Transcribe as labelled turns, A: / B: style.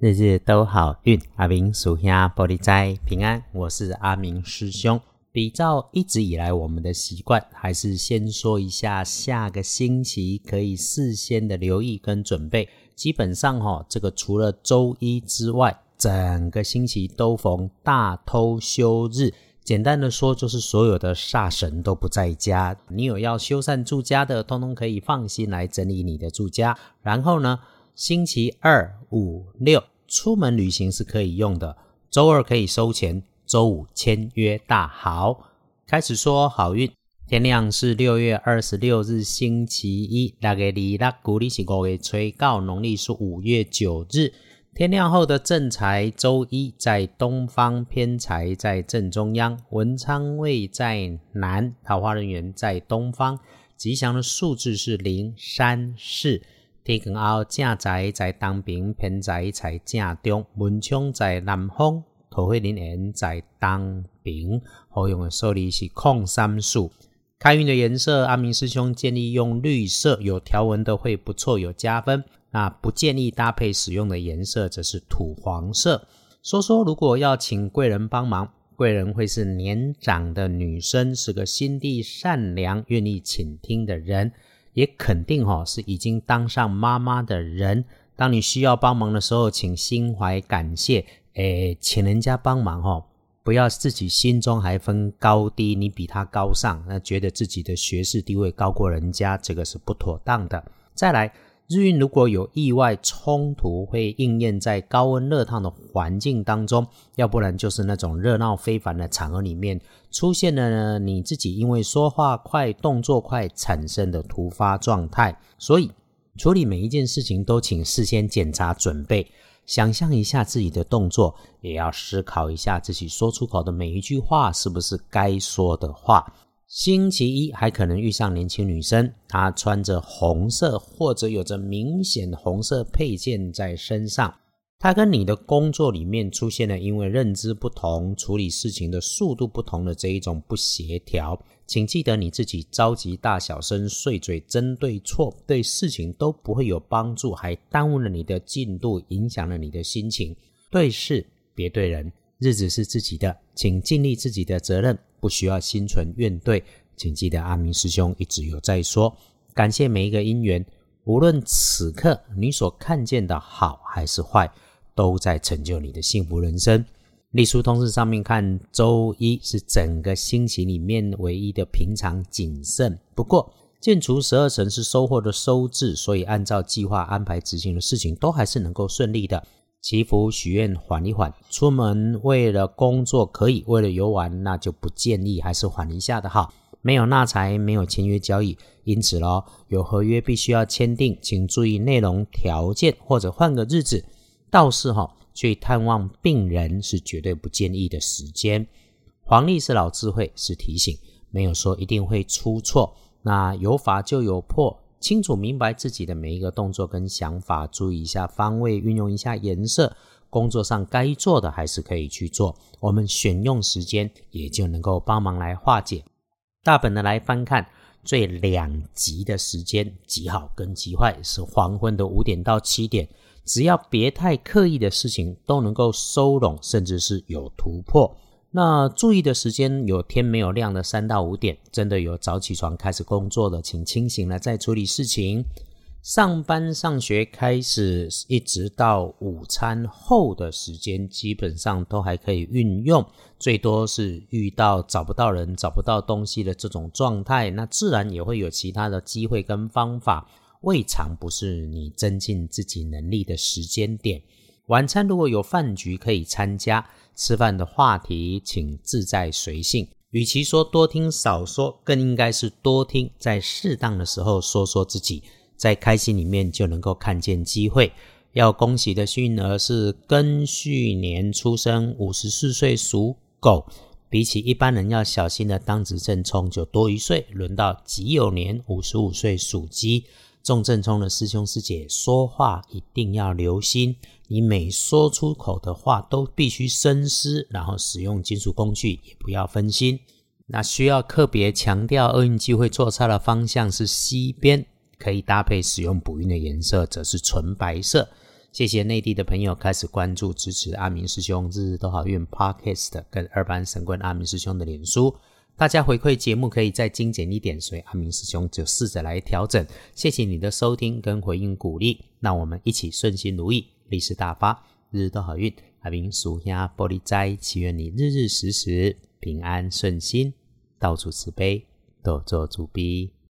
A: 日日都好运，阿明属兄玻璃斋平安。我是阿明师兄。比照一直以来我们的习惯，还是先说一下下个星期可以事先的留意跟准备。基本上这个除了周一之外，整个星期都逢大偷休日。简单的说，就是所有的煞神都不在家，你有要修缮住家的，通通可以放心来整理你的住家。然后呢，星期二、五、六出门旅行是可以用的，周二可以收钱，周五签约大好。开始说好运，天亮是6月26日星期一，6月26，古历是5月初9，农历是5月9日。天亮后的正财，周一在东方，偏财在正中央，文昌位在南，桃花人缘在东方。吉祥的数字是0、3、4。天光后正财在东边，偏财在正中，文昌在南方，桃花人缘在东边。好用的数字是03、4。开运的颜色，阿明师兄建议用绿色，有条纹的会不错，有加分。那不建议搭配使用的颜色则是土黄色。说说如果要请贵人帮忙，贵人会是年长的女生，是个心地善良愿意倾听的人，也肯定是已经当上妈妈的人。当你需要帮忙的时候，请心怀感谢，请人家帮忙不要自己心中还分高低，你比他高尚，那觉得自己的学识地位高过人家，这个是不妥当的。再来，日运如果有意外冲突，会应验在高温热烫的环境当中，要不然就是那种热闹非凡的场合里面出现了呢你自己因为说话快动作快产生的突发状态。所以处理每一件事情都请事先检查准备，想象一下自己的动作，也要思考一下自己说出口的每一句话是不是该说的话。星期一还可能遇上年轻女生，她穿着红色或者有着明显红色配件在身上，她跟你的工作里面出现了因为认知不同，处理事情的速度不同的这一种不协调。请记得你自己着急大小声碎嘴争对错，对事情都不会有帮助，还耽误了你的进度，影响了你的心情。对事别对人，日子是自己的，请尽力自己的责任，不需要心存怨怼。请记得阿明师兄一直有在说，感谢每一个因缘，无论此刻你所看见的好还是坏，都在成就你的幸福人生。历书通识上面看，周一是整个星期里面唯一的平常谨慎，不过建除12辰是收获的收字，所以按照计划安排执行的事情都还是能够顺利的。祈福许愿缓一缓，出门为了工作可以，为了游玩那就不建议，还是缓一下的好。没有纳财，没有签约交易，因此有合约必须要签订，请注意内容条件，或者换个日子。倒是去探望病人是绝对不建议的时间。黄历是老智慧，是提醒，没有说一定会出错。那有法就有破，清楚明白自己的每一个动作跟想法，注意一下方位，运用一下颜色，工作上该做的还是可以去做，我们选用时间也就能够帮忙来化解。大本的来翻看，最两极的时间，极好跟极坏是黄昏的5点到7点，只要别太刻意的事情都能够收拢，甚至是有突破。那注意的时间有天没有亮的3到5点，真的有早起床开始工作的，请清醒了再处理事情。上班上学开始一直到午餐后的时间，基本上都还可以运用，最多是遇到找不到人找不到东西的这种状态，那自然也会有其他的机会跟方法，未尝不是你增进自己能力的时间点。晚餐如果有饭局可以参加，吃饭的话题请自在随性，与其说多听少说，更应该是多听，在适当的时候说说自己，在开心里面就能够看见机会。要恭喜的幸运儿是庚戌年出生54岁属狗，比起一般人要小心的当值正冲就多1岁，轮到己酉年55岁属鸡。中正冲的师兄师姐说话一定要留心，你每说出口的话都必须深思，然后使用金属工具也不要分心。那需要特别强调厄运机会坐差的方向是西边，可以搭配使用补运的颜色则是纯白色。 谢谢内地的朋友开始关注支持阿明师兄日日都好运 Podcast 跟二班神棍阿明师兄的脸书。大家回馈节目可以再精简一点，所以阿明师兄就试着来调整。谢谢你的收听跟回应鼓励，让我们一起顺心如意，利市大发，日日都好运。阿明属下玻璃斋，祈愿你日日时时平安顺心，到处慈悲，多做主逼。